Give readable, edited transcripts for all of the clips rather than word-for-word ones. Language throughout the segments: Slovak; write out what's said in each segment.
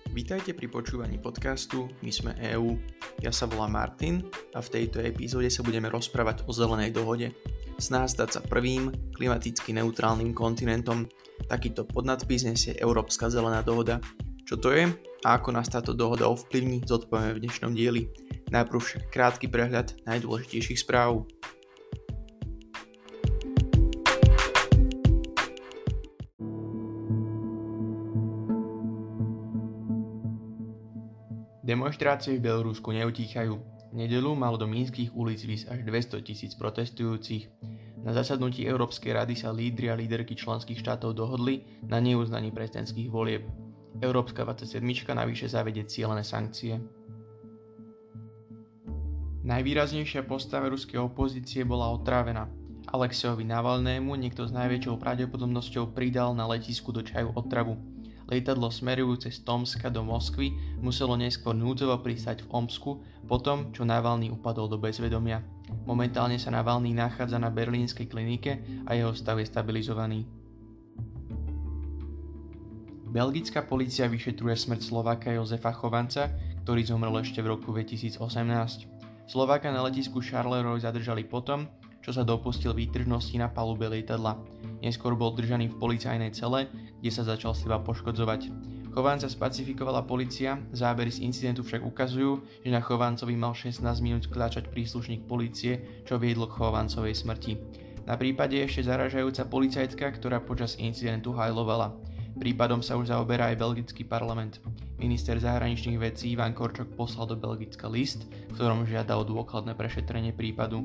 Vítajte pri počúvaní podcastu My sme EÚ. Ja sa volám Martin a v tejto epizóde sa budeme rozprávať o zelenej dohode. Snaha stať sa prvým klimaticky neutrálnym kontinentom. Takýto podnadpis nesie Európska zelená dohoda. Čo to je a ako nás táto dohoda ovplyvní, zodpovieme v dnešnom dieli. Najprv však krátky prehľad najdôležitejších správ. Demonštrácie v Bielorusku neutíchajú. V nedeľu malo do mínskych ulic výjsť až 200 000 protestujúcich. Na zasadnutí Európskej rady sa lídri a líderky členských štátov dohodli na neuznaní prezidentských volieb. Európska 27 navyše zavedie cielené sankcie. Najvýraznejšia postava ruskej opozície bola otrávená. Alexejovi Navalnému niekto s najväčšou pravdepodobnosťou pridal na letisku do čaju otravu. Lietadlo smerujúce z Tomska do Moskvy muselo neskôr núdzovo pristať v Omsku potom, čo Navalný upadol do bezvedomia. Momentálne sa Navalný nachádza na berlínskej klinike a jeho stav je stabilizovaný. Belgická polícia vyšetruje smrť Slováka Jozefa Chovanca, ktorý zomrel ešte v roku 2018. Slováka na letisku Charleroi zadržali potom, čo sa dopustil výtržnosti na palube lietadla. Neskôr bol držaný v policajnej cele, kde sa začal seba poškodzovať. Chovanca spacifikovala polícia, zábery z incidentu však ukazujú, že na Chovancovi mal 16 minút kľačať príslušník polície, čo viedlo k Chovancovej smrti. Na prípade je ešte zaražajúca policajtka, ktorá počas incidentu hajlovala. Prípadom sa už zaoberá aj belgický parlament. Minister zahraničných vecí Ivan Korčok poslal do Belgicka list, v ktorom žiada o dôkladné prešetrenie prípadu.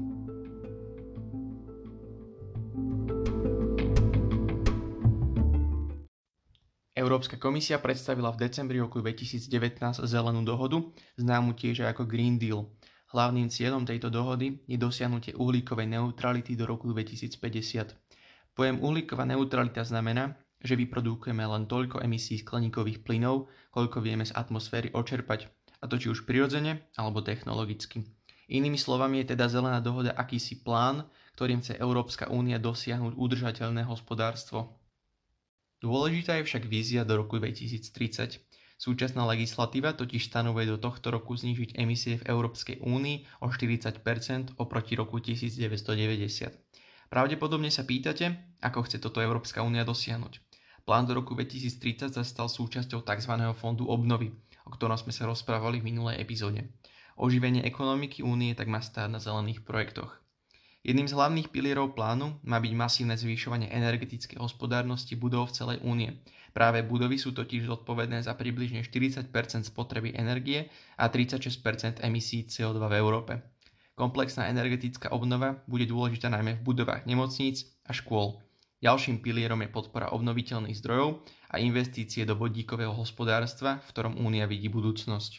Európska komisia predstavila v decembri roku 2019 zelenú dohodu, známu tiež ako Green Deal. Hlavným cieľom tejto dohody je dosiahnutie uhlíkovej neutrality do roku 2050. Pojem uhlíková neutralita znamená, že vyprodukujeme len toľko emisí skleníkových plynov, koľko vieme z atmosféry odčerpať, a to či už prirodzene alebo technologicky. Inými slovami je teda zelená dohoda akýsi plán, ktorým chce Európska únia dosiahnuť udržateľné hospodárstvo. Dôležitá je však vízia do roku 2030. Súčasná legislatíva totiž stanovuje do tohto roku znížiť emisie v Európskej únii o 40% oproti roku 1990. Pravdepodobne sa pýtate, ako chce toto Európska únia dosiahnuť. Plán do roku 2030 sa stal súčasťou tzv. Fondu obnovy, o ktorom sme sa rozprávali v minulej epizóde. Oživenie ekonomiky únie tak má stáť na zelených projektoch. Jedným z hlavných pilierov plánu má byť masívne zvyšovanie energetickej hospodárnosti budov v celej únie. Práve budovy sú totiž zodpovedné za približne 40% spotreby energie a 36% emisí CO2 v Európe. Komplexná energetická obnova bude dôležitá najmä v budovách nemocníc a škôl. Ďalším pilierom je podpora obnoviteľných zdrojov a investície do vodíkového hospodárstva, v ktorom únia vidí budúcnosť.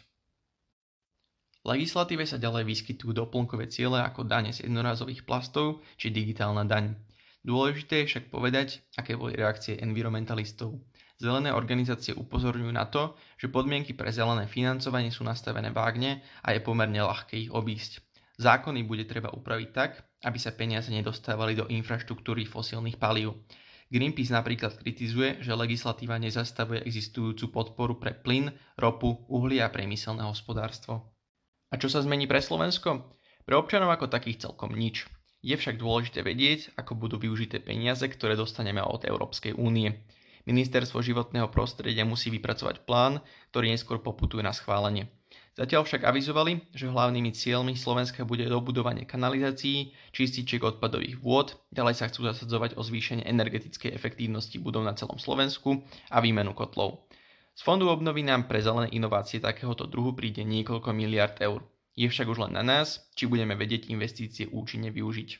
V legislatíve sa ďalej vyskytujú doplnkové ciele ako dane z jednorázových plastov či digitálna daň. Dôležité je však povedať, aké boli reakcie environmentalistov. Zelené organizácie upozorňujú na to, že podmienky pre zelené financovanie sú nastavené vágne a je pomerne ľahké ich obísť. Zákony bude treba upraviť tak, aby sa peniaze nedostávali do infraštruktúry fosílnych palív. Greenpeace napríklad kritizuje, že legislatíva nezastavuje existujúcu podporu pre plyn, ropu, uhlie a priemyselné hospodárstvo. A čo sa zmení pre Slovensko? Pre občanov ako takých celkom nič. Je však dôležité vedieť, ako budú využité peniaze, ktoré dostaneme od Európskej únie. Ministerstvo životného prostredia musí vypracovať plán, ktorý neskôr poputuje na schválenie. Zatiaľ však avizovali, že hlavnými cieľmi Slovenska bude dobudovanie kanalizácií, čističiek odpadových vôd, ďalej sa chcú zasadzovať o zvýšenie energetickej efektívnosti budov na celom Slovensku a výmenu kotlov. Z fondu obnovy nám pre zelené inovácie takéhoto druhu príde niekoľko miliárd eur. Je však už len na nás, či budeme vedieť investície účinne využiť.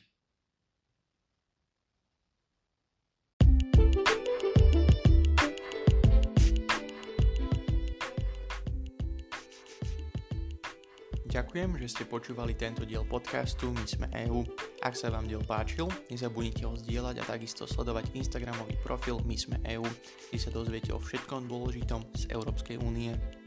Ďakujem, že ste počúvali tento diel podcastu My sme EÚ. Ak sa vám diel páčil, nezabudnite ho zdieľať a takisto sledovať Instagramový profil My sme EÚ, kde sa dozviete o všetkom dôležitom z Európskej únie.